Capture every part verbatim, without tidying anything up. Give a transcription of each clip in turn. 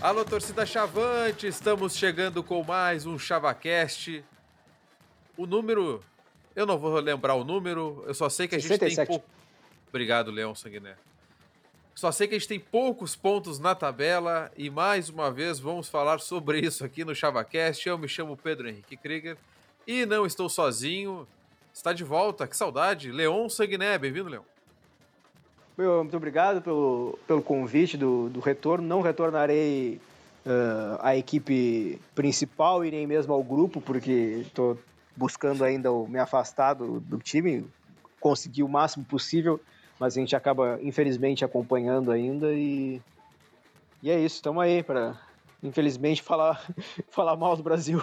Alô, torcida Chavante, estamos chegando com mais um ChavaCast. O número, eu não vou lembrar o número, eu só sei que a gente tem pouco... Obrigado, Leão Sanguiné. Só sei que a gente tem poucos pontos na tabela e mais uma vez vamos falar sobre isso aqui no ChavaCast. Eu me chamo Pedro Henrique Krieger e não estou sozinho. Está de volta, que saudade, Leão Sanguiné. Bem-vindo, Leão. Meu, muito obrigado pelo, pelo convite do, do retorno. Não retornarei uh, à equipe principal e nem mesmo ao grupo, porque estou buscando ainda o, me afastar do, do time, conseguir o máximo possível, mas a gente acaba, infelizmente, acompanhando ainda e, e é isso, estamos aí para, infelizmente, falar, falar mal do Brasil.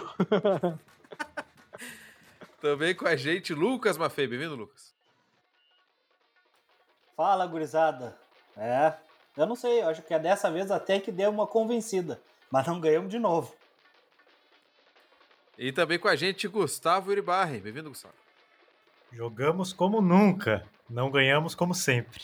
Também com a gente, Lucas Maffei. Bem-vindo, Lucas. Fala, gurizada. É, eu não sei, eu acho que é dessa vez até que deu uma convencida, mas não ganhamos de novo. E também com a gente, Gustavo Iribarren. Bem-vindo, Gustavo. Jogamos como nunca, não ganhamos como sempre.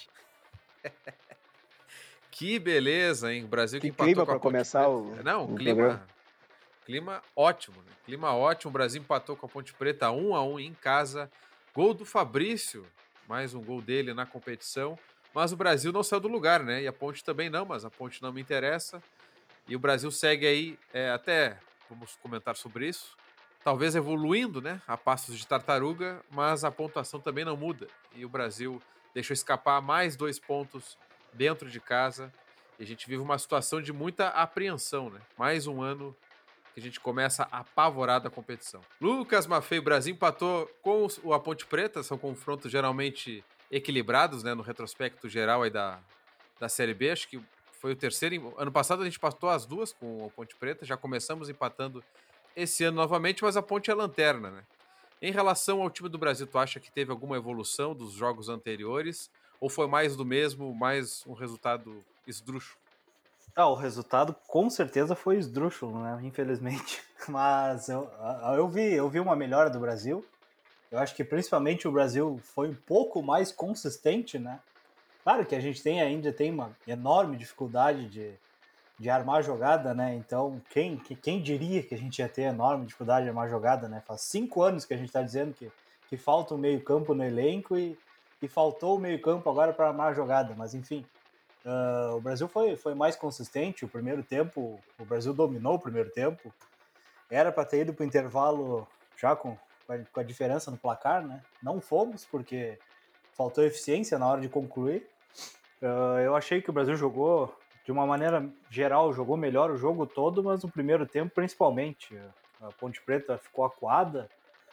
Que beleza, hein? O Brasil que, que empatou clima com a para começar o Não, o clima, programa. clima ótimo, né? Clima ótimo. O Brasil empatou com a Ponte Preta um a um em casa. Gol do Fabrício, mais um gol dele na competição. Mas o Brasil não saiu do lugar, né? E a Ponte também não, mas a Ponte não me interessa. E o Brasil segue aí, é, até vamos comentar sobre isso. Talvez evoluindo, né? A passos de tartaruga, mas a pontuação também não muda. E o Brasil deixou escapar mais dois pontos dentro de casa. E a gente vive uma situação de muita apreensão, né? Mais um ano que a gente começa apavorado a competição. Lucas Maffei, o Brasil empatou com o a Ponte Preta, são confrontos geralmente equilibrados, né? No retrospecto geral aí da, da Série B, acho que foi o terceiro. Ano passado a gente empatou as duas com a Ponte Preta, já começamos empatando esse ano novamente, mas a Ponte é lanterna, né? Em relação ao time do Brasil, tu acha que teve alguma evolução dos jogos anteriores? Ou foi mais do mesmo, mais um resultado esdrúxulo? Ah, o resultado com certeza foi esdrúxulo, né? Infelizmente. Mas eu, eu, vi, eu vi uma melhora do Brasil. Eu acho que principalmente o Brasil foi um pouco mais consistente, né? Claro que a gente tem, ainda tem uma enorme dificuldade de, de armar jogada, né? Então, quem, quem diria que a gente ia ter enorme dificuldade de armar jogada, né? Faz cinco anos que a gente está dizendo que, que falta um meio-campo no elenco e, e faltou o meio-campo agora para armar jogada, mas enfim. Uh, o Brasil foi, foi mais consistente. O primeiro tempo, o Brasil dominou o primeiro tempo. Era para ter ido para o intervalo já com, com a diferença no placar, né? Não fomos, porque faltou eficiência na hora de concluir. Uh, eu achei que o Brasil jogou, de uma maneira geral, jogou melhor o jogo todo, mas no primeiro tempo, principalmente. A Ponte Preta ficou acuada,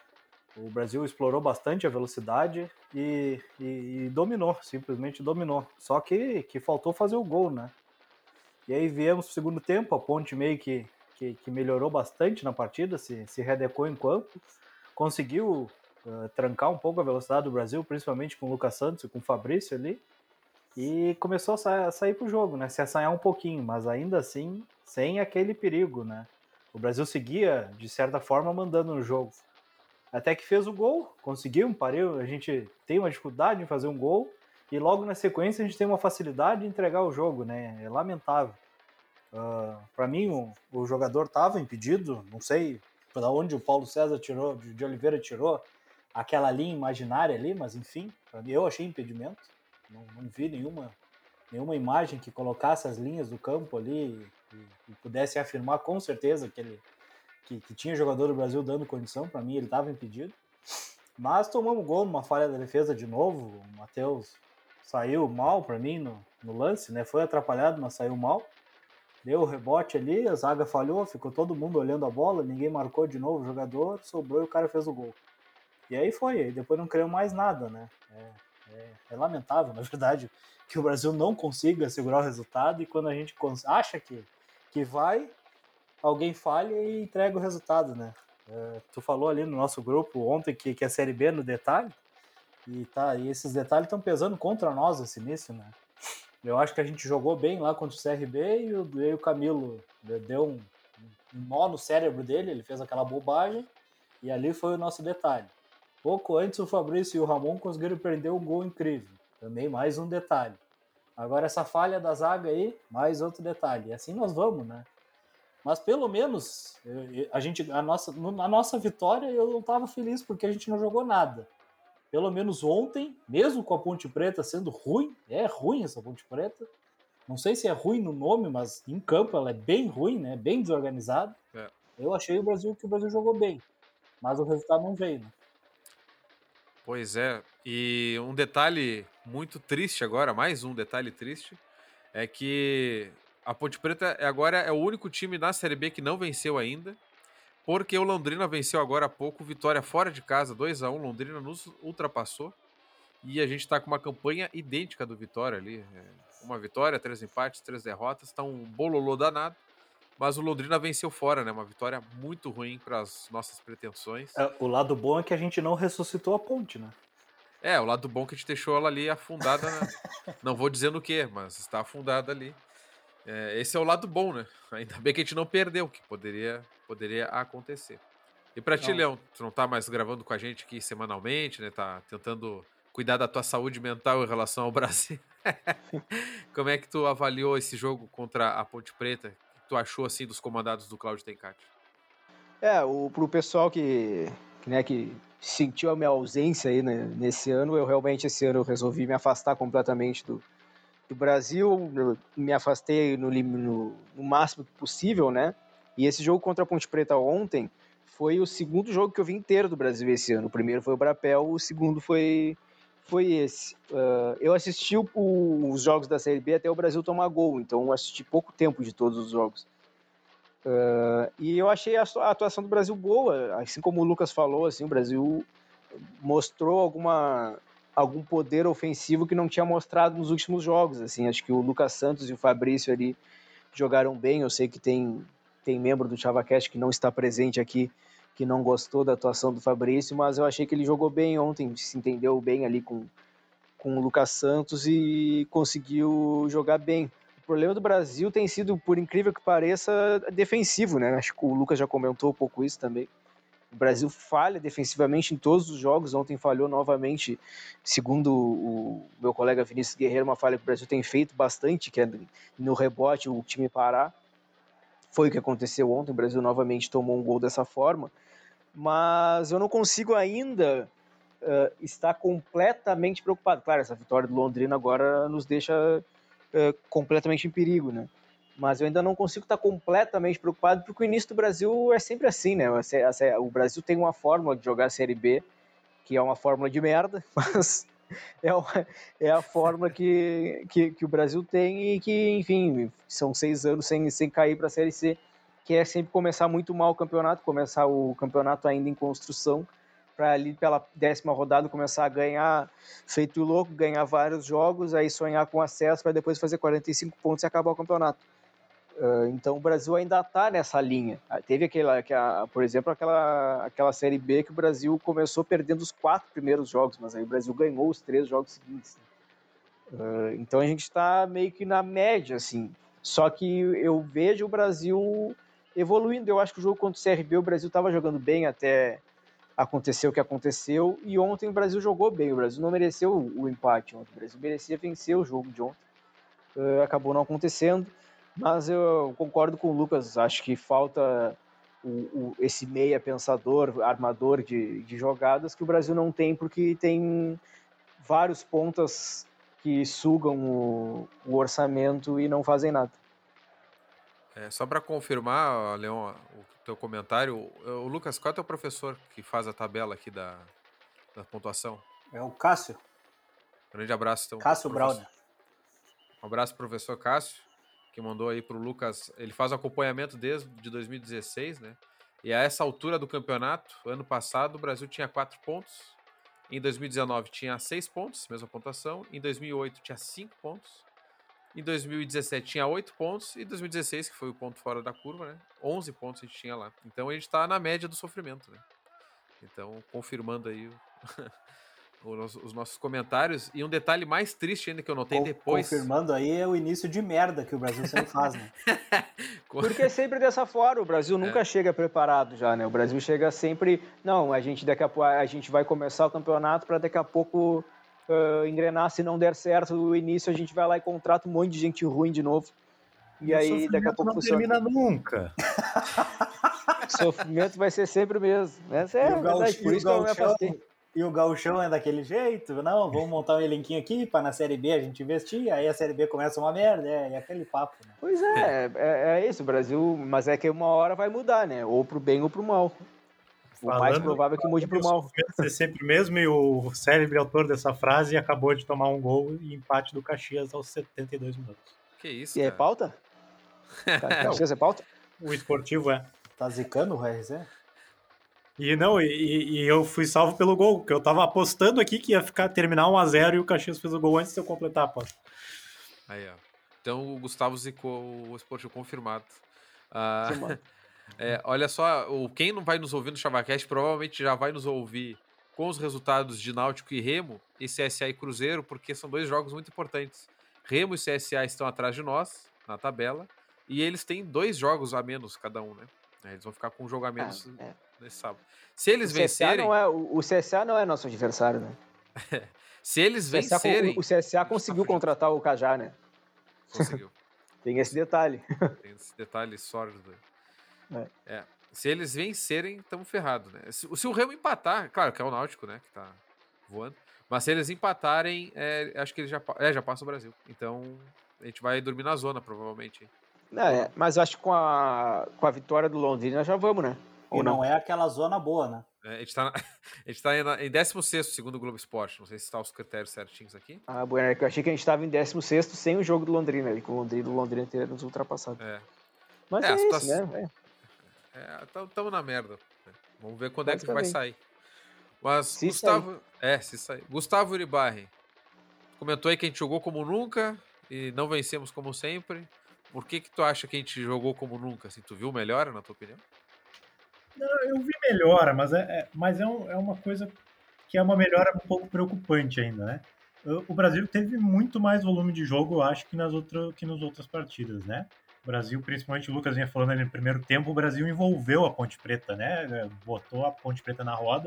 o Brasil explorou bastante a velocidade e, e, e dominou, simplesmente dominou. Só que, que faltou fazer o gol, né? E aí viemos pro segundo tempo, a Ponte meio que, que, que melhorou bastante na partida, se, se readequou em campo, conseguiu uh, trancar um pouco a velocidade do Brasil, principalmente com o Lucas Santos e com o Fabrício ali, e começou a, sa- a sair pro jogo, né? Se assanhar um pouquinho, mas ainda assim, sem aquele perigo, né? O Brasil seguia, de certa forma, mandando no jogo. Até que fez o gol, conseguiu um pareu, a gente tem uma dificuldade em fazer um gol, e logo na sequência a gente tem uma facilidade de entregar o jogo, né? É lamentável. Uh, para mim, o, o jogador estava impedido, não sei para onde o Paulo César tirou, de, de Oliveira tirou aquela linha imaginária ali, mas enfim, para mim eu achei impedimento, não, não vi nenhuma, nenhuma imagem que colocasse as linhas do campo ali e, e pudesse afirmar com certeza que ele Que, que tinha jogador do Brasil dando condição, para mim ele estava impedido. Mas tomamos gol numa falha da defesa de novo. O Matheus saiu mal para mim no, no lance, né? Foi atrapalhado, mas saiu mal. Deu o rebote ali, a zaga falhou, ficou todo mundo olhando a bola, ninguém marcou de novo o jogador, sobrou e o cara fez o gol. E aí foi, aí depois não criou mais nada, né? É, é, é lamentável, na verdade, que o Brasil não consiga segurar o resultado e quando a gente acha que, que vai, alguém falha e entrega o resultado, né? É, tu falou ali no nosso grupo ontem que, que a Série B no detalhe, e, tá, e esses detalhes estão pesando contra nós esse início, né? Eu acho que a gente jogou bem lá contra o C R B e o, e o Camilo deu um, um nó no cérebro dele, ele fez aquela bobagem e ali foi o nosso detalhe. Pouco antes o Fabrício e o Ramon conseguiram perder um gol incrível, também mais um detalhe. Agora essa falha da zaga aí, mais outro detalhe. E assim nós vamos, né? Mas pelo menos a, gente, a, nossa, a nossa vitória eu não estava feliz porque a gente não jogou nada. Pelo menos ontem, mesmo com a Ponte Preta sendo ruim, é ruim essa Ponte Preta. Não sei se é ruim no nome, mas em campo ela é bem ruim, né? Bem desorganizada. É. Eu achei o Brasil que o Brasil jogou bem, mas o resultado não veio, né? Pois é, e um detalhe muito triste agora, mais um detalhe triste, é que a Ponte Preta agora é o único time na Série B que não venceu ainda, porque o Londrina venceu agora há pouco, vitória fora de casa, dois a um, Londrina nos ultrapassou, e a gente está com uma campanha idêntica do Vitória ali, uma vitória, três empates, três derrotas, está um bololô danado, mas o Londrina venceu fora, né? Uma vitória muito ruim para as nossas pretensões. É, o lado bom é que a gente não ressuscitou a ponte, né? É, o lado bom é que a gente deixou ela ali afundada, né? Não vou dizer no que, mas está afundada ali. É, esse é o lado bom, né? Ainda bem que a gente não perdeu, que poderia, poderia acontecer. E pra ti, Leão, tu não tá mais gravando com a gente aqui semanalmente, né? Tá tentando cuidar da tua saúde mental em relação ao Brasil. Como é que tu avaliou esse jogo contra a Ponte Preta? O que tu achou, assim, dos comandados do Cláudio Tencati? É, o, pro pessoal que, que, né, que sentiu a minha ausência aí, né, nesse ano, eu realmente esse ano eu resolvi me afastar completamente do, do Brasil, eu me afastei no, no, no máximo possível, né? E esse jogo contra a Ponte Preta ontem foi o segundo jogo que eu vi inteiro do Brasil esse ano. O primeiro foi o Brapel, o segundo foi, foi esse. Uh, eu assisti o, os jogos da Série B até o Brasil tomar gol, então eu assisti pouco tempo de todos os jogos. Uh, e eu achei a, a atuação do Brasil boa, assim como o Lucas falou, assim, o Brasil mostrou alguma, algum poder ofensivo que não tinha mostrado nos últimos jogos, assim, acho que o Lucas Santos e o Fabrício ali jogaram bem, eu sei que tem, tem membro do ChavaCast que não está presente aqui, que não gostou da atuação do Fabrício, mas eu achei que ele jogou bem ontem, se entendeu bem ali com, com o Lucas Santos e conseguiu jogar bem. O problema do Brasil tem sido, por incrível que pareça, defensivo, né? Acho que o Lucas já comentou um pouco isso também. O Brasil falha defensivamente em todos os jogos. Ontem falhou novamente, segundo o meu colega Vinícius Guerreiro, uma falha que o Brasil tem feito bastante, que é no rebote o time parar. Foi o que aconteceu ontem. O Brasil novamente tomou um gol dessa forma. Mas eu não consigo ainda uh, estar completamente preocupado. Claro, essa vitória do Londrina agora nos deixa Uh, completamente em perigo, né? Mas eu ainda não consigo estar completamente preocupado porque o início do Brasil é sempre assim, né? O Brasil tem uma fórmula de jogar a Série B que é uma fórmula de merda, mas é, uma, é a fórmula que, que, que o Brasil tem e que, enfim, são seis anos sem, sem cair para a Série C, que é sempre começar muito mal o campeonato, começar o campeonato ainda em construção, para ali pela décima rodada começar a ganhar feito louco, ganhar vários jogos, aí sonhar com acesso para depois fazer quarenta e cinco pontos e acabar o campeonato. Uh, então o Brasil ainda está nessa linha. Teve aquela, aquela, por exemplo, aquela, aquela Série B que o Brasil começou perdendo os quatro primeiros jogos, mas aí o Brasil ganhou os três jogos seguintes. Uh, então a gente está meio que na média, assim. Só que eu vejo o Brasil evoluindo. Eu acho que o jogo contra o C R B o Brasil estava jogando bem até aconteceu o que aconteceu, e ontem o Brasil jogou bem, o Brasil não mereceu o empate ontem, o Brasil merecia vencer o jogo de ontem, uh, acabou não acontecendo, mas eu concordo com o Lucas, acho que falta o, o, esse meia pensador, armador de, de jogadas que o Brasil não tem, porque tem vários pontas que sugam o, o orçamento e não fazem nada. É, só para confirmar, Leon, o teu comentário, o Lucas, qual é o teu professor que faz a tabela aqui da, da pontuação? É o Cássio. Grande abraço. Então, Cássio Brauner. Um abraço, professor Cássio, que mandou aí pro Lucas. Ele faz o acompanhamento desde de dois mil e dezesseis, né? E a essa altura do campeonato, ano passado, o Brasil tinha quatro pontos. Em dois mil e dezenove tinha seis pontos, mesma pontuação. Em dois mil e oito tinha cinco pontos. Em dois mil e dezessete tinha oito pontos. E em dois mil e dezesseis, que foi o ponto fora da curva, né? onze pontos a gente tinha lá. Então a gente tá na média do sofrimento, né? Então, confirmando aí os nossos comentários. E um detalhe mais triste ainda que eu notei Co- depois... Confirmando aí é o início de merda que o Brasil sempre faz, né? Porque é sempre dessa forma, o Brasil nunca É. chega preparado já, né? O Brasil chega sempre... Não, a gente daqui a pouco a gente vai começar o campeonato para daqui a pouco uh, engrenar, se não der certo o início, a gente vai lá e contrata um monte de gente ruim de novo. E, e aí, o daqui a sofrimento pouco não funciona. termina nunca. O sofrimento vai ser sempre o mesmo. Essa é E a o verdade, gauchão, por e o isso que eu me gauchão, afastei. e o gauchão é daquele jeito, não, vamos montar um elenquinho aqui para na Série B a gente investir, aí a Série B começa uma merda, é, é aquele papo, né? Pois é, é, é isso, o Brasil, mas é que uma hora vai mudar, né? Ou pro bem ou pro mal. O mais Falando, provável é que mude falando pro o mal. sofrimento ser sempre o mesmo, e o célebre autor dessa frase acabou de tomar um gol e empate do Caxias aos setenta e dois minutos. Que isso, E é cara. pauta? Caxias é pauta? O esportivo é. Tá zicando o R Z? E não, e, e eu fui salvo pelo gol, porque eu tava apostando aqui que ia ficar, terminar um a zero e o Caxias fez o gol antes de eu completar a aposta. Aí, ó. Então o Gustavo zicou o esportivo confirmado. Ah, Confirmado. é, olha só, o, quem não vai nos ouvir no ChavaCast provavelmente já vai nos ouvir com os resultados de Náutico e Remo e C S A e Cruzeiro, porque são dois jogos muito importantes. Remo e C S A estão atrás de nós na tabela e eles têm dois jogos a menos cada um, né? Eles vão ficar com um jogo a menos Ah, é. nesse sábado. Se O eles C S A vencerem, não é, o, o C S A não é nosso adversário, né? se eles O C S A, con- vencerem, o C S A a gente tá conseguiu fudido. contratar o Cajá, né? Conseguiu. Tem esse detalhe. Tem esse detalhe sórdido. É. É. Se eles vencerem, estamos ferrados, né? Se, se o Remo empatar, claro que é o Náutico, né? Que tá voando. Mas se eles empatarem, é, acho que eles já, pa- é, já passa o Brasil. Então a gente vai dormir na zona, provavelmente. Não, é, mas acho que com a, com a vitória do Londrina nós já vamos, né? E Ou não? não? é aquela zona boa, né? É, a gente tá, na- a gente tá em, na- em décimo sexto, segundo o Globo Esporte. Não sei se está os critérios certinhos aqui. Ah, bueno, é que eu achei que a gente estava em décimo sexto sem o jogo do Londrina, e com o Londrina, o Londrina ter nos ultrapassado. É. Mas É, é, a isso, situação- né? É. É, tamo na merda. né? Vamos ver quando é que vai Basicamente. sair. Mas, Se Gustavo. É, se sair. Gustavo Uribarri. Comentou aí que a gente jogou como nunca e não vencemos como sempre. Por que que tu acha que a gente jogou como nunca? Assim, tu viu melhor, na tua opinião? Eu vi melhora, mas é, é- mas é, um- é uma coisa que é uma melhora um pouco preocupante ainda, né? O o Brasil teve muito mais volume de jogo, eu acho, que nas, outra, que nas outras partidas, né? O Brasil, principalmente o Lucas vinha falando ali no primeiro tempo, o Brasil envolveu a Ponte Preta, né? Botou a Ponte Preta na roda.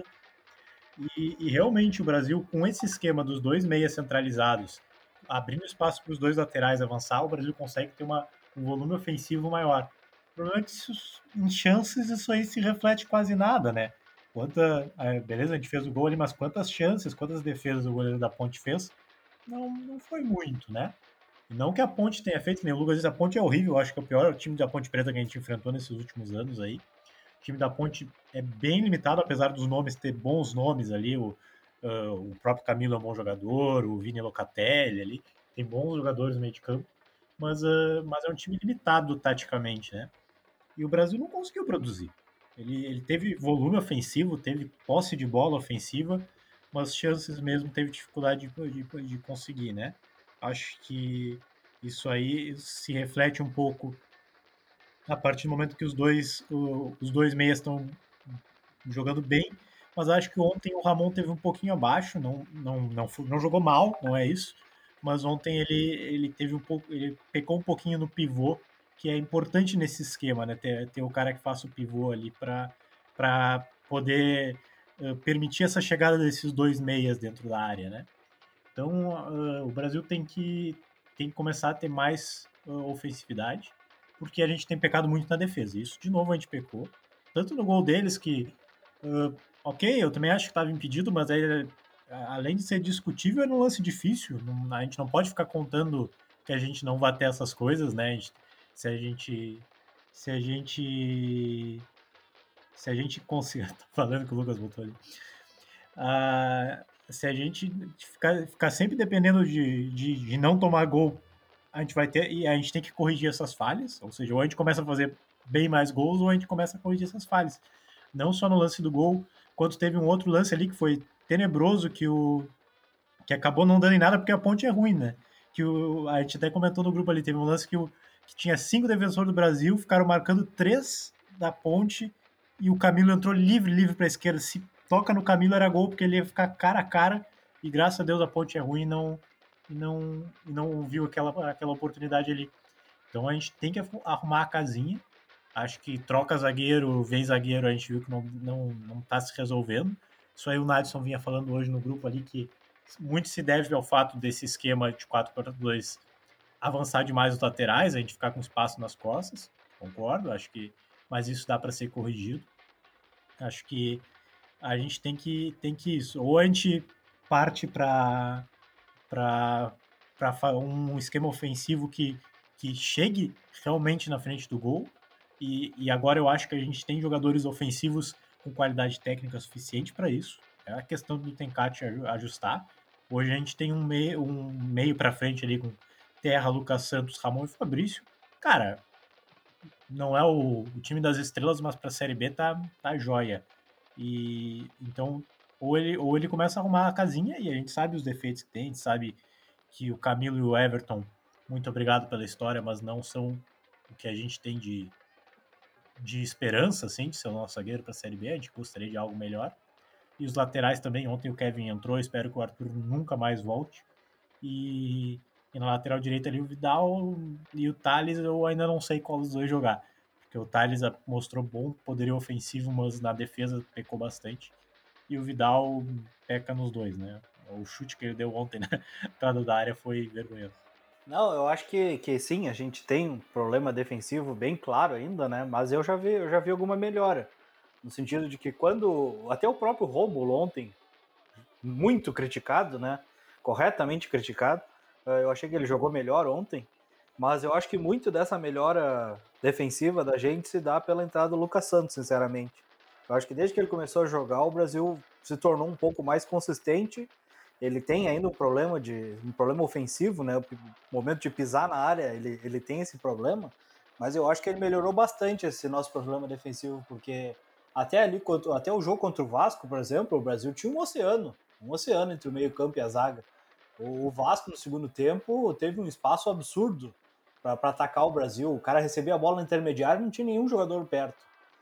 E, e realmente o Brasil, com esse esquema dos dois meias centralizados, abrindo espaço para os dois laterais avançar, o Brasil consegue ter uma, um volume ofensivo maior. O problema é que isso, em chances isso aí se reflete quase nada, né? Quanta, é, beleza, a gente fez o gol ali, mas quantas chances, quantas defesas o goleiro da Ponte fez? Não, não foi muito, né? E não que a Ponte tenha feito, nem o Lucas disse, a Ponte é horrível, eu acho que é o pior time da Ponte Preta que a gente enfrentou nesses últimos anos aí. O time da Ponte é bem limitado, apesar dos nomes ter bons nomes ali. O, uh, o próprio Camilo é um bom jogador, o Vini Locatelli ali, tem bons jogadores no meio de campo, mas, uh, mas é um time limitado taticamente, né? E o Brasil não conseguiu produzir. Ele, ele teve volume ofensivo, teve posse de bola ofensiva, mas chances mesmo teve dificuldade de, de, de conseguir, né? Acho que isso aí se reflete um pouco a partir do momento que os dois, o, os dois meias estão jogando bem, mas acho que ontem o Ramon teve um pouquinho abaixo, não, não, não, não jogou mal, não é isso, mas ontem ele, ele teve um pouco, ele pecou um pouquinho no pivô, que é importante nesse esquema, né? Ter, ter o cara que faça o pivô ali para poder uh, permitir essa chegada desses dois meias dentro da área, né? Então uh, o Brasil tem que, tem que começar a ter mais uh, ofensividade, porque a gente tem pecado muito na defesa. Isso, de novo, a gente pecou. Tanto no gol deles, que, uh, ok, eu também acho que estava impedido, mas aí, além de ser discutível, é um lance difícil. Não, a gente não pode ficar contando que a gente não vai ter essas coisas, né? A gente, se a gente. Se a gente. Se a gente conseguir. Tô falando que o Lucas botou ali. Uh, se a gente ficar, ficar sempre dependendo de, de, de não tomar gol, a gente vai ter, e a gente tem que corrigir essas falhas, ou seja, ou a gente começa a fazer bem mais gols, ou a gente começa a corrigir essas falhas. Não só no lance do gol, quanto teve um outro lance ali que foi tenebroso, que o que acabou não dando em nada, porque a Ponte é ruim, né? Que o, a gente até comentou no grupo ali, teve um lance que, o, que tinha cinco defensores do Brasil, ficaram marcando três da Ponte, e o Camilo entrou livre, livre para a esquerda. Se toca no Camilo era gol, porque ele ia ficar cara a cara, e graças a Deus a Ponte é ruim e não, e não, e não viu aquela, aquela oportunidade ali. Então a gente tem que arrumar a casinha. Acho que troca zagueiro, vem zagueiro, a gente viu que não, não, não tá se resolvendo. Isso aí o Nadson vinha falando hoje no grupo ali, que muito se deve ao fato desse esquema de quatro quatro dois avançar demais os laterais, a gente ficar com espaço nas costas, concordo, acho que, mas isso dá para ser corrigido. Acho que a gente tem que, tem que isso, ou a gente parte para para um esquema ofensivo que, que chegue realmente na frente do gol, e, e agora eu acho que a gente tem jogadores ofensivos com qualidade técnica suficiente para isso. É a questão do Tencate ajustar. Hoje a gente tem um meio, um meio para frente ali com Terra, Lucas Santos, Ramon e Fabrício. Cara, não é o, o time das estrelas, mas para a Série B tá, tá joia. E então, ou ele, ou ele começa a arrumar a casinha, e a gente sabe os defeitos que tem, a gente sabe que o Camilo e o Everton, muito obrigado pela história, mas não são o que a gente tem de, de esperança, assim, de ser o nosso zagueiro para a Série B. A gente gostaria de algo melhor. E os laterais também. Ontem o Kevin entrou, espero que o Arthur nunca mais volte. E, e na lateral direita ali o Vidal e o Thales, eu ainda não sei qual dos dois jogar. Porque o Thales mostrou bom poderio ofensivo, mas na defesa pecou bastante. E o Vidal peca nos dois, né? O chute que ele deu ontem na entrada da área foi vergonhoso. Não, eu acho que, que sim, a gente tem um problema defensivo bem claro ainda, né? Mas eu já vi, eu já vi alguma melhora. No sentido de que quando. Até o próprio Rômulo ontem, muito criticado, né? Corretamente criticado. Eu achei que ele jogou melhor ontem. Mas eu acho que muito dessa melhora defensiva da gente se dá pela entrada do Lucas Santos, sinceramente. Eu acho que desde que ele começou a jogar, o Brasil se tornou um pouco mais consistente. Ele tem ainda um problema de um problema ofensivo, né? O momento de pisar na área, ele, ele tem esse problema. Mas eu acho que ele melhorou bastante esse nosso problema defensivo, porque até ali, até o jogo contra o Vasco, por exemplo, o Brasil tinha um oceano, um oceano entre o meio-campo e a zaga. O Vasco, no segundo tempo, teve um espaço absurdo para atacar o Brasil. O cara recebia a bola no intermediário e não tinha nenhum jogador perto.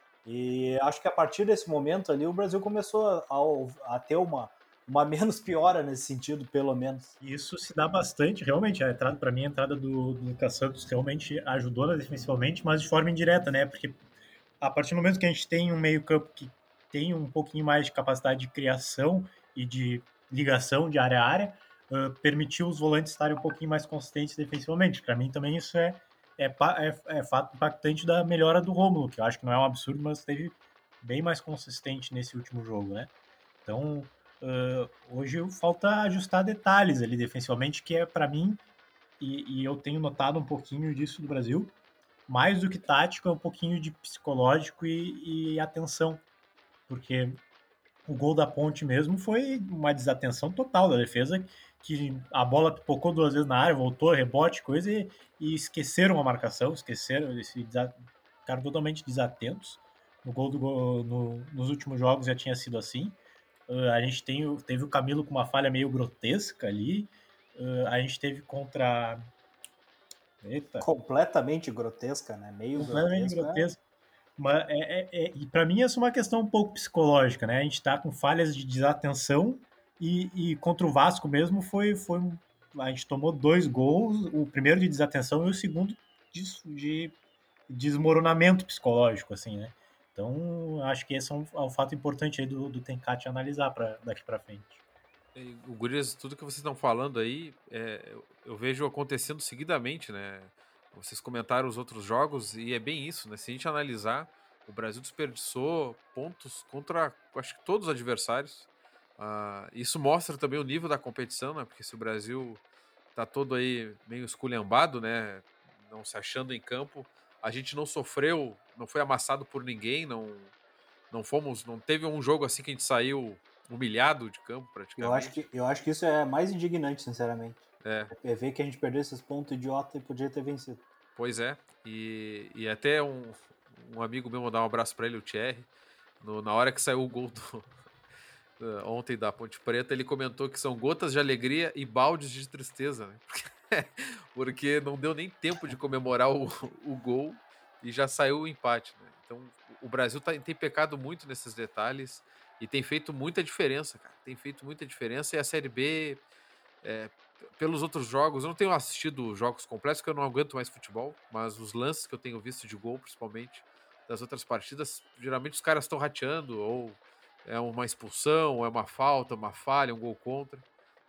E acho que a partir desse momento ali, o Brasil começou a, a, a ter uma, uma menos piora nesse sentido, pelo menos. Isso se dá bastante, realmente. A entrada, para mim, a entrada do, do Lucas Santos realmente ajudou na defensivamente, mas de forma indireta, né? Porque a partir do momento que a gente tem um meio-campo que tem um pouquinho mais de capacidade de criação e de ligação de área a área, uh, permitiu os volantes estarem um pouquinho mais consistentes defensivamente. Para mim também isso é, é, é, é fato impactante da melhora do Rômulo, que eu acho que não é um absurdo, mas esteve bem mais consistente nesse último jogo, né? Então, uh, hoje falta ajustar detalhes ali defensivamente, que é para mim, e, e eu tenho notado um pouquinho disso do Brasil, mais do que tático, é um pouquinho de psicológico e, e atenção, porque o gol da Ponte mesmo foi uma desatenção total da defesa, que a bola pipocou duas vezes na área, voltou, rebote, coisa, e, e esqueceram a marcação, esqueceram, esse, ficaram totalmente desatentos. No gol do gol, no, nos últimos jogos já tinha sido assim. Uh, a gente tem, teve o Camilo com uma falha meio grotesca ali. Uh, a gente teve contra. Eita. Completamente grotesca, né? Meio completamente grotesca. É... Mas é, é, é, e para mim essa é uma questão um pouco psicológica, né? A gente tá com falhas de desatenção e, e contra o Vasco mesmo foi, foi. A gente tomou dois gols, o primeiro de desatenção e o segundo de, de desmoronamento psicológico, assim, né? Então, acho que esse é um, é um fato importante aí do, do Tencate analisar pra, daqui para frente. O Gurias, tudo que vocês estão falando aí, é, eu, eu vejo acontecendo seguidamente, né? Vocês comentaram os outros jogos e é bem isso, né? Se a gente analisar, o Brasil desperdiçou pontos contra, acho que todos os adversários. Uh, isso mostra também o nível da competição, né? Porque se o Brasil tá todo aí meio esculhambado, né? Não se achando em campo, a gente não sofreu, não foi amassado por ninguém, não, não fomos, não teve um jogo assim que a gente saiu humilhado de campo, praticamente. Eu acho que, eu acho que isso é mais indignante, sinceramente. É. é ver que a gente perdeu esses pontos idiota e podia ter vencido. Pois é. E, e até um, um amigo meu mandar um abraço para ele, o Thierry, no, na hora que saiu o gol do, uh, ontem da Ponte Preta, ele comentou que são gotas de alegria e baldes de tristeza, né? Porque, porque não deu nem tempo de comemorar o, o gol e já saiu o empate, né? Então, o Brasil tá, tem pecado muito nesses detalhes e tem feito muita diferença, cara. Tem feito muita diferença e a Série B, é, pelos outros jogos, eu não tenho assistido jogos completos porque eu não aguento mais futebol, mas os lances que eu tenho visto de gol, principalmente das outras partidas, geralmente os caras estão rateando, ou é uma expulsão, ou é uma falta, uma falha, um gol contra.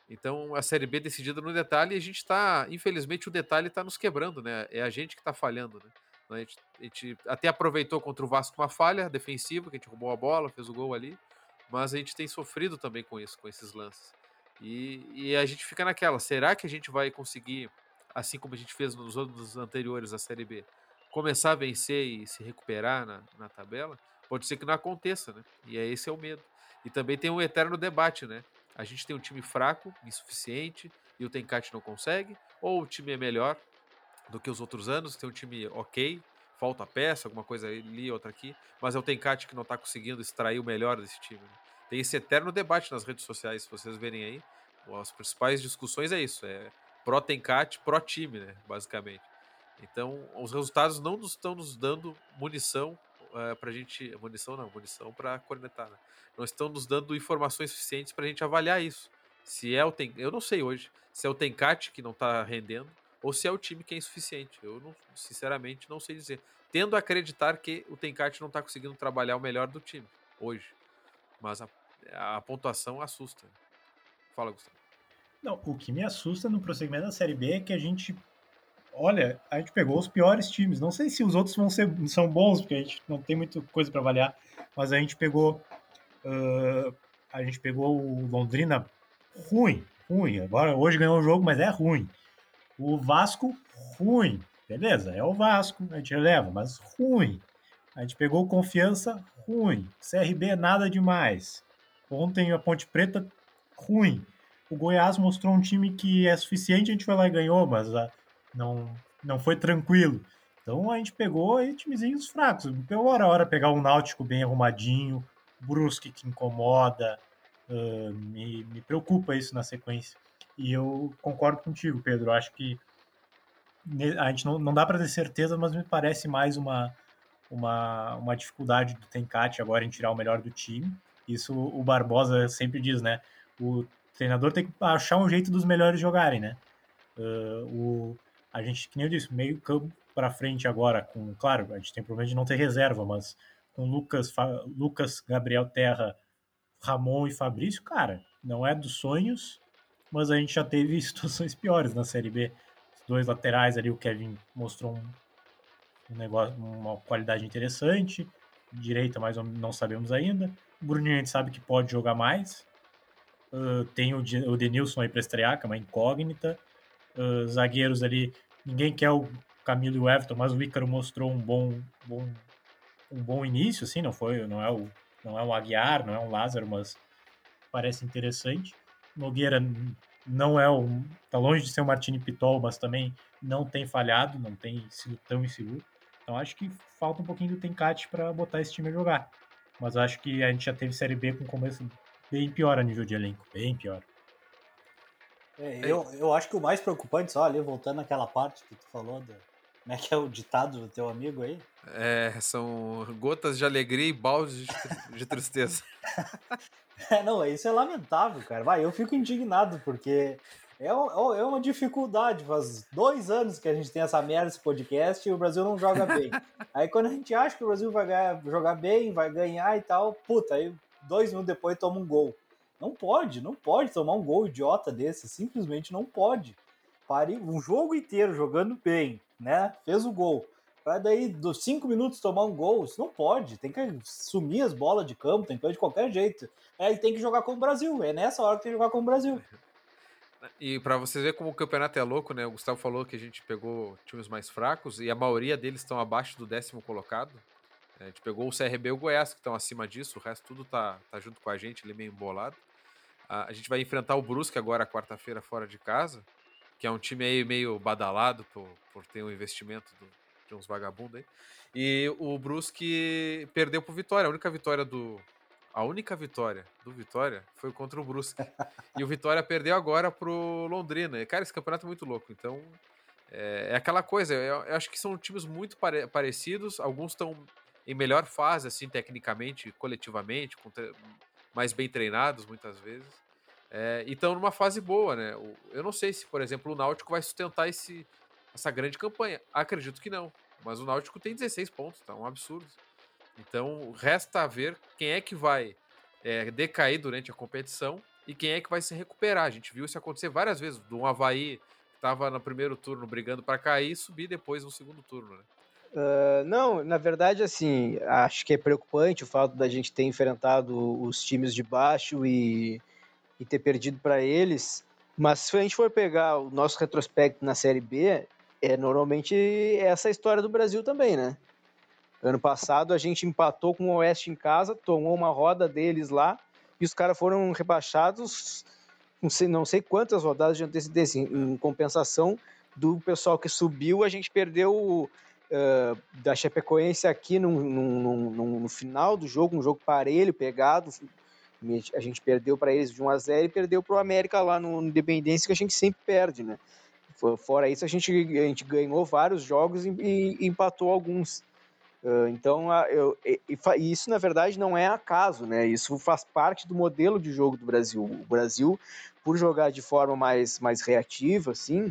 Então, a Série B decidida no detalhe, e a gente está, infelizmente, o detalhe está nos quebrando, né? É a gente que está falhando, né? A gente, a gente até aproveitou contra o Vasco uma falha defensiva, que a gente roubou a bola, fez o gol ali, mas a gente tem sofrido também com isso, com esses lances. E, e a gente fica naquela, será que a gente vai conseguir, assim como a gente fez nos anos anteriores da Série B, começar a vencer e se recuperar na, na tabela? Pode ser que não aconteça, né? E é esse é o medo. E também tem um eterno debate, né? A gente tem um time fraco, insuficiente, e o Tencate não consegue, ou o time é melhor do que os outros anos, tem um time ok, falta peça, alguma coisa ali, outra aqui, mas é o Tencate que não está conseguindo extrair o melhor desse time. Né? Tem esse eterno debate nas redes sociais, se vocês verem aí, as principais discussões é isso, é pró-Tencate, pró-time, né, basicamente. Então, os resultados não nos estão nos dando munição uh, para a gente. Munição não, munição para cornetar. Né? Não estão nos dando informações suficientes para a gente avaliar isso. Se é o Ten... Eu não sei hoje se é o Tencate que não está rendendo ou se é o time que é insuficiente. Eu, não, sinceramente, não sei dizer. Tendo a acreditar que o Tencate não está conseguindo trabalhar o melhor do time hoje. Mas a, a pontuação assusta. Fala, Gustavo. Não, o que me assusta no prosseguimento da Série B é que a gente olha, a gente pegou os piores times. Não sei se os outros vão ser, são bons, porque a gente não tem muita coisa para avaliar, mas a gente pegou uh, a gente pegou o Londrina ruim, ruim. Agora, hoje ganhou o jogo, mas é ruim. O Vasco, ruim. Beleza, é o Vasco, a gente leva, mas ruim. A gente pegou Confiança, ruim. C R B, nada demais. Ontem a Ponte Preta, ruim. O Goiás mostrou um time que é suficiente, a gente foi lá e ganhou, mas uh, não, não foi tranquilo. Então a gente pegou aí timezinhos fracos. Pegou hora a hora pegar um Náutico bem arrumadinho, Brusque que incomoda, uh, me, me preocupa isso na sequência. E eu concordo contigo, Pedro. Acho que a gente não, não dá para ter certeza, mas me parece mais uma, uma, uma dificuldade do Tencate agora em tirar o melhor do time. Isso o Barbosa sempre diz, né? O treinador tem que achar um jeito dos melhores jogarem, né? Uh, o, a gente, que nem eu disse, meio campo para frente agora, com, claro, a gente tem problema de não ter reserva, mas com Lucas, Lucas Gabriel Terra, Ramon e Fabrício, cara, não é dos sonhos, mas a gente já teve situações piores na Série B. Os dois laterais ali, o Kevin mostrou um, um negócio, uma qualidade interessante, direita mais ou menos não sabemos ainda. O Bruninho a gente sabe que pode jogar mais. Uh, tem o, o Denilson aí para estrear, que é uma incógnita. Uh, zagueiros ali, ninguém quer o Camilo e o Everton, mas o Ícaro mostrou um bom, bom, um bom início, assim, não foi, não é o, não é um Aguiar, não é um Lázaro, mas parece interessante. Nogueira não é o, tá longe de ser o Martini Pitol, mas também não tem falhado, não tem sido tão inseguro. Então acho que falta um pouquinho do Tencate para botar esse time a jogar. Mas acho que a gente já teve Série B com começo bem pior a nível de elenco, bem pior. É, eu, eu acho que o mais preocupante, só ali, voltando àquela parte que tu falou, do, como é que é o ditado do teu amigo aí? É, são gotas de alegria e baldes de, de tristeza. É, não, isso é lamentável, cara. Vai, eu fico indignado, porque é, é uma dificuldade. Faz dois anos que a gente tem essa merda, esse podcast, e o Brasil não joga bem. Aí quando a gente acha que o Brasil vai ganhar, jogar bem, vai ganhar e tal, puta, aí dois minutos depois toma um gol. Não pode, não pode tomar um gol idiota desse, simplesmente não pode. Pare um jogo inteiro jogando bem, né? Fez o gol. Para daí, dos cinco minutos, tomar um gol, isso não pode. Tem que sumir as bolas de campo, tem que fazer de qualquer jeito. É, e tem que jogar com o Brasil. É nessa hora que tem que jogar com o Brasil. E para vocês verem como o campeonato é louco, né? O Gustavo falou que a gente pegou times mais fracos e a maioria deles estão abaixo do décimo colocado. A gente pegou o C R B e o Goiás, que estão acima disso, o resto tudo tá, tá junto com a gente, ele meio embolado. A, a gente vai enfrentar o Brusque agora, quarta-feira, fora de casa, que é um time aí meio badalado por, por ter um investimento do, de uns vagabundos aí. E o Brusque perdeu pro Vitória, a única vitória do... A única vitória do Vitória foi contra o Brusque. E o Vitória perdeu agora pro Londrina. E, cara, esse campeonato é muito louco. Então, é, é aquela coisa. Eu, eu acho que são times muito pare, parecidos. Alguns estão em melhor fase, assim, tecnicamente, coletivamente, com te, mais bem treinados, muitas vezes. É, e estão numa fase boa, né? O, eu não sei se, por exemplo, o Náutico vai sustentar esse, essa grande campanha. Acredito que não. Mas o Náutico tem dezesseis pontos, tá um absurdo. Então, resta ver quem é que vai é, decair durante a competição e quem é que vai se recuperar. A gente viu isso acontecer várias vezes, do Avaí que estava no primeiro turno brigando para cair e subir depois no segundo turno, né? Uh, não, na verdade, assim, acho que é preocupante o fato da gente ter enfrentado os times de baixo e, e ter perdido para eles, mas se a gente for pegar o nosso retrospecto na Série B, é normalmente essa história do Brasil também, né? Ano passado a gente empatou com o Oeste em casa, tomou uma roda deles lá e os caras foram rebaixados, não sei, não sei quantas rodadas de antecedência. Em compensação do pessoal que subiu, a gente perdeu uh, da Chapecoense aqui no, no, no, no final do jogo, um jogo parelho, pegado. A gente perdeu para eles de um a zero e perdeu para o América lá no Independência, que a gente sempre perde, né? Fora isso, a gente, a gente ganhou vários jogos e, e empatou alguns. Uh, então, eu, e, e isso, na verdade, não é acaso, né? Isso faz parte do modelo de jogo do Brasil. O Brasil, por jogar de forma mais, mais reativa, assim,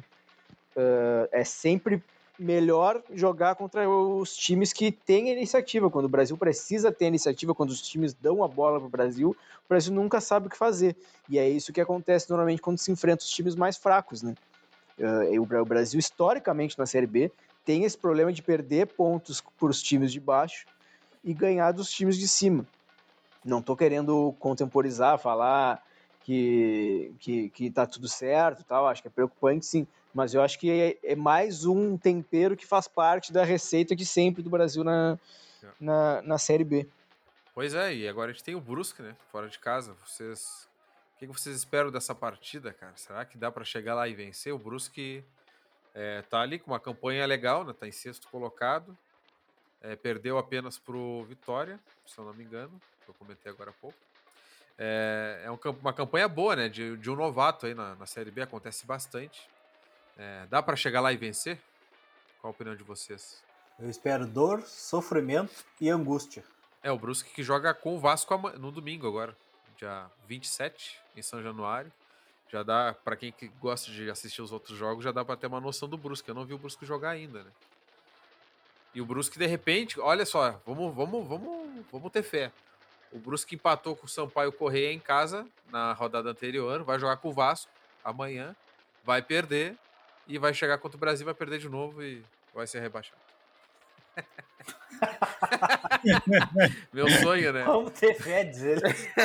uh, é sempre melhor jogar contra os times que têm iniciativa. Quando o Brasil precisa ter iniciativa, quando os times dão a bola para o Brasil, o Brasil nunca sabe o que fazer. E é isso que acontece normalmente quando se enfrenta os times mais fracos, né? Uh, o Brasil, historicamente, na Série B, tem esse problema de perder pontos para os times de baixo e ganhar dos times de cima. Não estou querendo contemporizar, falar que, que, que tá tudo certo, tal. Acho que é preocupante, sim, mas eu acho que é, é mais um tempero que faz parte da receita de sempre do Brasil na, na, na Série B. Pois é, e agora a gente tem o Brusque, né? Fora de casa. Vocês... O que vocês esperam dessa partida, cara? Será que dá para chegar lá e vencer? O Brusque é, tá ali com uma campanha legal, né? Tá em sexto colocado. É, perdeu apenas pro Vitória, se eu não me engano, que eu comentei agora há pouco. É, é um, uma campanha boa, né? De, de um novato aí na, na Série B, acontece bastante. É, dá para chegar lá e vencer? Qual a opinião de vocês? Eu espero dor, sofrimento e angústia. É, o Brusque que joga com o Vasco no domingo agora, dia vinte e sete, em São Januário. Já dá, para quem que gosta de assistir os outros jogos, já dá para ter uma noção do Brusque. Eu não vi o Brusque jogar ainda, né? E o Brusque, de repente, olha só, vamos, vamos, vamos, vamos ter fé. O Brusque empatou com o Sampaio Correia em casa, na rodada anterior, vai jogar com o Vasco amanhã, vai perder, e vai chegar contra o Brasil, vai perder de novo e vai ser rebaixado. Meu sonho, né? Vamos ter fé, dizer.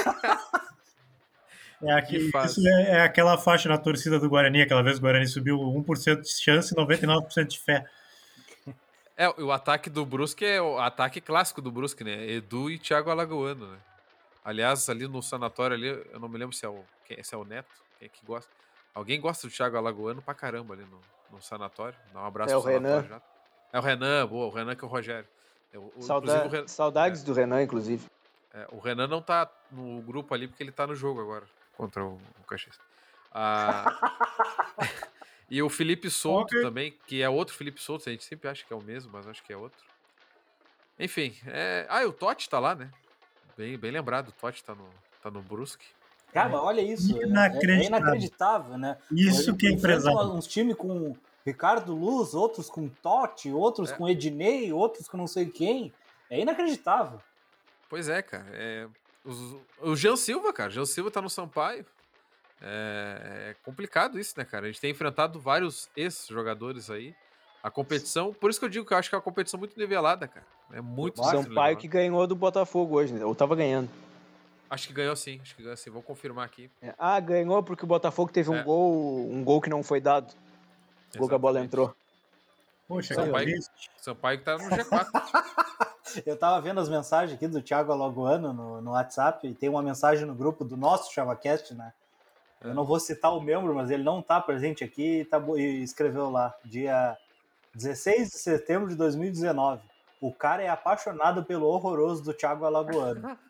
É, aqui, isso é, é aquela faixa na torcida do Guarani, aquela vez o Guarani subiu um por cento de chance e noventa e nove por cento de fé. É, o ataque do Brusque é o ataque clássico do Brusque, né? Edu e Thiago Alagoano, né? Aliás, ali no sanatório ali, eu não me lembro se é o, se é o Neto, quem é que gosta. Alguém gosta do Thiago Alagoano pra caramba ali no, no sanatório. Dá um abraço é pro o Renan. Já. É o Renan, boa, o Renan que é o Rogério. O, Sauda o Renan, saudades é, do Renan, inclusive. É, o Renan não tá no grupo ali porque ele tá no jogo agora, contra o, o Caxias. Ah, e o Felipe Souto okay. também, que é outro Felipe Souto, a gente sempre acha que é o mesmo, mas acho que é outro. Enfim, é... ah, e o Totti tá lá, né? Bem, bem lembrado, o Totti tá no, tá no Brusque. Cara, olha isso, inacreditável. É, é inacreditável, né? Isso que é empresário. Uns times com Ricardo Luz, outros com Totti, outros é. com Ednei, outros com não sei quem. É inacreditável. Pois é, cara. É... Os... O Jean Silva, cara. O Jean Silva tá no Sampaio. É... é complicado isso, né, cara? A gente tem enfrentado vários ex-jogadores aí. A competição, por isso que eu digo que eu acho que é uma competição muito nivelada, cara. É muito Sampaio nivelada. Que ganhou do Botafogo hoje, né? Ou tava ganhando. Acho que ganhou sim, acho que ganhou sim. Vou confirmar aqui. É. Ah, ganhou porque o Botafogo teve um é. gol, um gol que não foi dado. O gol que a bola entrou. Poxa, Sampaio, que Sampaio que tá no G quatro. Eu tava vendo as mensagens aqui do Thiago Alagoano no, no WhatsApp e tem uma mensagem no grupo do nosso ChavaCast, né? Eu é. não vou citar o membro, mas ele não tá presente aqui e, tá, e escreveu lá, dia dezesseis de setembro de dois mil e dezenove. O cara é apaixonado pelo horroroso do Thiago Alagoano.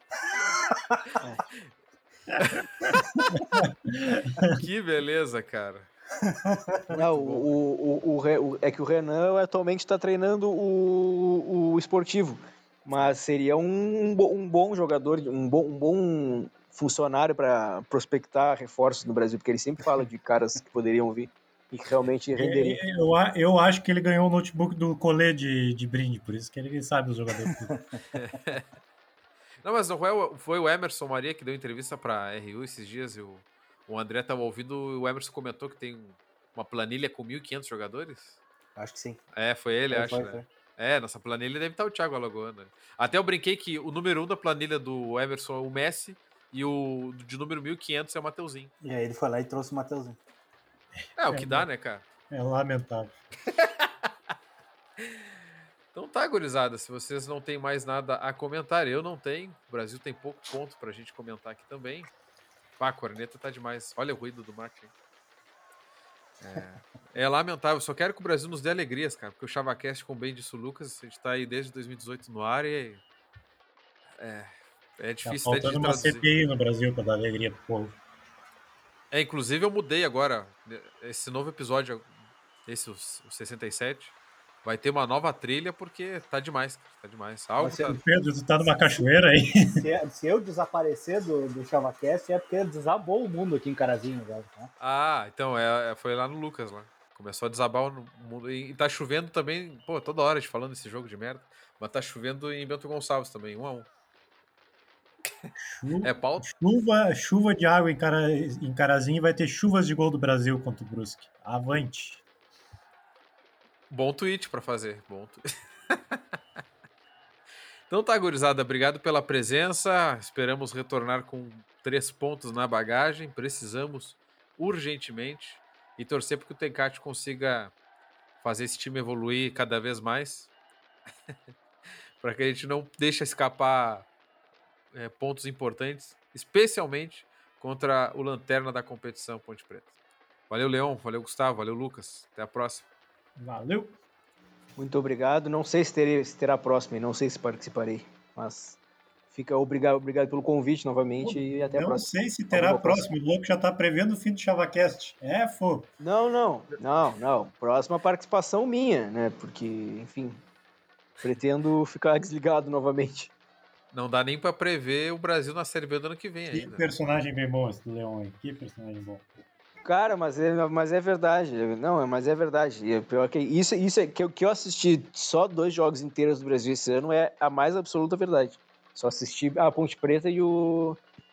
Que beleza, cara. Não, o, o, o, o, é que o Renan atualmente está treinando o, o esportivo, mas seria um, um bom jogador, um bom, um bom funcionário para prospectar reforços no Brasil, porque ele sempre fala de caras que poderiam vir e que realmente renderiam. Eu, eu acho que ele ganhou o notebook do Colê de, de brinde, por isso que ele sabe os jogadores. Não, mas não foi, o- foi o Emerson Maria que deu entrevista pra R U esses dias e o, o André tava ouvindo e o Emerson comentou que tem uma planilha com mil e quinhentos jogadores. Acho que sim. É, foi ele, Foi, acho, foi, né? foi. É, nossa planilha deve estar o Thiago Alagoano. Né? Até eu brinquei que o número um da planilha do Emerson é o Messi e o de número mil e quinhentos é o Mateuzinho. E aí ele foi lá e trouxe o Mateuzinho. É, o É, que dá, né, cara? É lamentável. Então tá, gurizada. Se vocês não têm mais nada a comentar, eu não tenho. O Brasil tem pouco ponto pra gente comentar aqui também. Pá, a corneta tá demais. Olha o ruído do mate. Hein? É, é lamentável. Só quero que o Brasil nos dê alegrias, cara. Porque o ChavaCast, como bem disse o Lucas, a gente tá aí desde dois mil e dezoito no ar e... É, é Tá difícil até de faltando uma traduzir. C P I no Brasil pra dar alegria pro povo. É, inclusive eu mudei agora. Esse novo episódio, esse, o sessenta e sete, vai ter uma nova trilha porque tá demais, cara. Tá demais. Algo Você- tá... Pedro, tu tá numa cachoeira aí? Se, se eu desaparecer do, do ChavaCast é porque desabou o mundo aqui em Carazinho agora, tá? Ah, então, é, é- foi lá no Lucas lá. Começou a desabar o mundo. E, e tá chovendo também, pô, toda hora a gente falando desse jogo de merda. Mas tá chovendo em Bento Gonçalves também, um a um. Chu- É pauta? Chuva, chuva de água em, Cara, em Carazinho, vai ter chuvas de gol do Brasil contra o Brusque. Avante. Bom tweet pra fazer. Bom tweet. Então tá, gurizada. Obrigado pela presença. Esperamos retornar com três pontos na bagagem. Precisamos urgentemente. E torcer para que o Tencate consiga fazer esse time evoluir cada vez mais. Para que a gente não deixe escapar é, pontos importantes. Especialmente contra o lanterna da competição Ponte Preta. Valeu, Leão. Valeu, Gustavo. Valeu, Lucas. Até a próxima. Valeu. Muito obrigado. Não sei se, terei, se terá a próxima e não sei se participarei, mas fica obrigado, obrigado pelo convite novamente e até a Não próxima. sei se terá Vamos ao próximo. O Louco já tá prevendo o fim do ChavaCast. É, fô. Não, não, não, não. Próxima participação minha, né? Porque, enfim, pretendo ficar desligado novamente. Não dá nem para prever o Brasil na Série B do ano que vem Que ainda. personagem bem bom esse do Leão aí. Que personagem bom. Cara, mas é, mas é verdade. Não, mas é verdade. E é pior que isso, isso é que eu, que eu assisti só dois jogos inteiros do Brasil esse ano é a mais absoluta verdade. Só assisti a Ponte Preta e o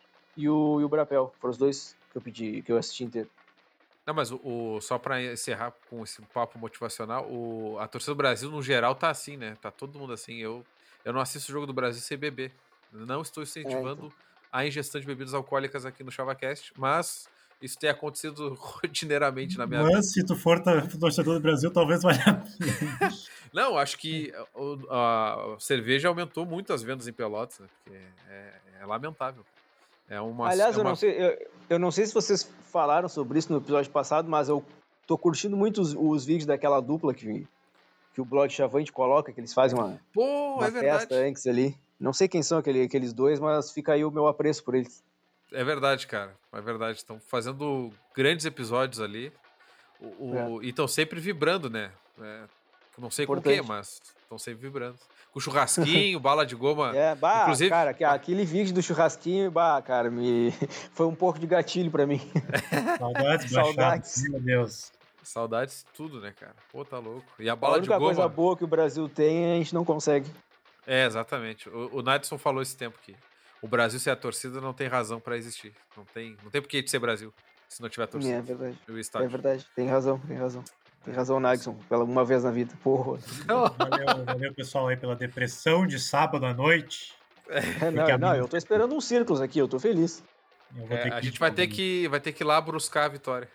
e o, e o Brapel. Foram os dois que eu pedi, que eu assisti inteiro. Não, mas o, o- só para encerrar com esse papo motivacional, o, a torcida do Brasil, no geral, tá assim, né? Tá todo mundo assim. Eu, eu não assisto o jogo do Brasil sem beber. Não estou incentivando É, então. a ingestão de bebidas alcoólicas aqui no ChavaCast, mas isso tem acontecido rotineiramente na minha vida. Mas se tu for ta- torcedor do Brasil, talvez valha a pena. Não, acho que o- a cerveja aumentou muito as vendas em Pelotas, né? Porque é, é lamentável. É uma, Aliás, é eu, uma- não sei, eu, eu não sei se vocês falaram sobre isso no episódio passado, mas eu tô curtindo muito os, os vídeos daquela dupla que, que o blog Chavante coloca, que eles fazem uma, Pô, uma é verdade. festa antes ali. Não sei quem são aquele, aqueles dois, mas fica aí o meu apreço por eles. É verdade, cara. É verdade. Estão fazendo grandes episódios ali. O, o- E estão sempre vibrando, né? É, não sei com o Importante. quê, mas estão sempre vibrando. Com churrasquinho, bala de goma. É, bah, Inclusive- cara, que- aquele vídeo do churrasquinho, bah, cara, me... foi um pouco de gatilho pra mim. Saudades, Saudades. Baixado. Meu Deus. Saudades, tudo, né, cara? Pô, tá louco. E a A bala de única coisa goma. boa que o Brasil tem, a gente não consegue. É, exatamente. O, o Nadson falou esse tempo que o Brasil sem a torcida não tem razão pra existir. Não tem, não tem por que ser Brasil se não tiver torcida. É verdade, E o é estádio. verdade. Tem razão, tem razão. Tem razão, Nagson, pela uma vez na vida. Porra. Valeu, valeu, pessoal, aí pela depressão de sábado à noite. É, Porque não, a não, minha- eu tô esperando uns círculos aqui, eu tô feliz. Eu vou É, ter a que- gente vai ter que, vai ter que ir lá buscar a vitória.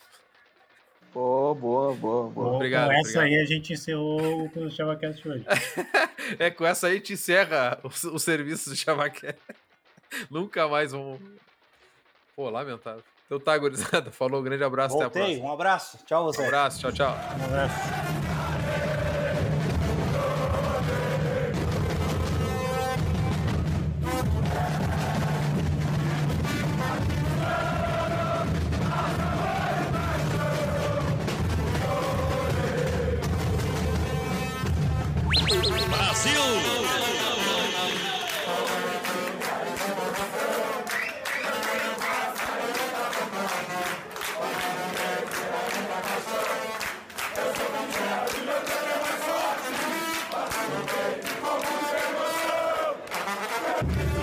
Pô, boa, boa, boa. Bom, Obrigado, com essa obrigado. aí a gente encerrou o ChavaCast hoje. É, com essa aí a gente encerra o, o serviço do Chavaqué. Nunca mais vamos. Pô, lamentável. Então tá, gurizada. Falou, um grande abraço, até a Voltei, próxima. um abraço. Tchau, Um você. abraço, tchau, tchau. Um abraço. Brasil!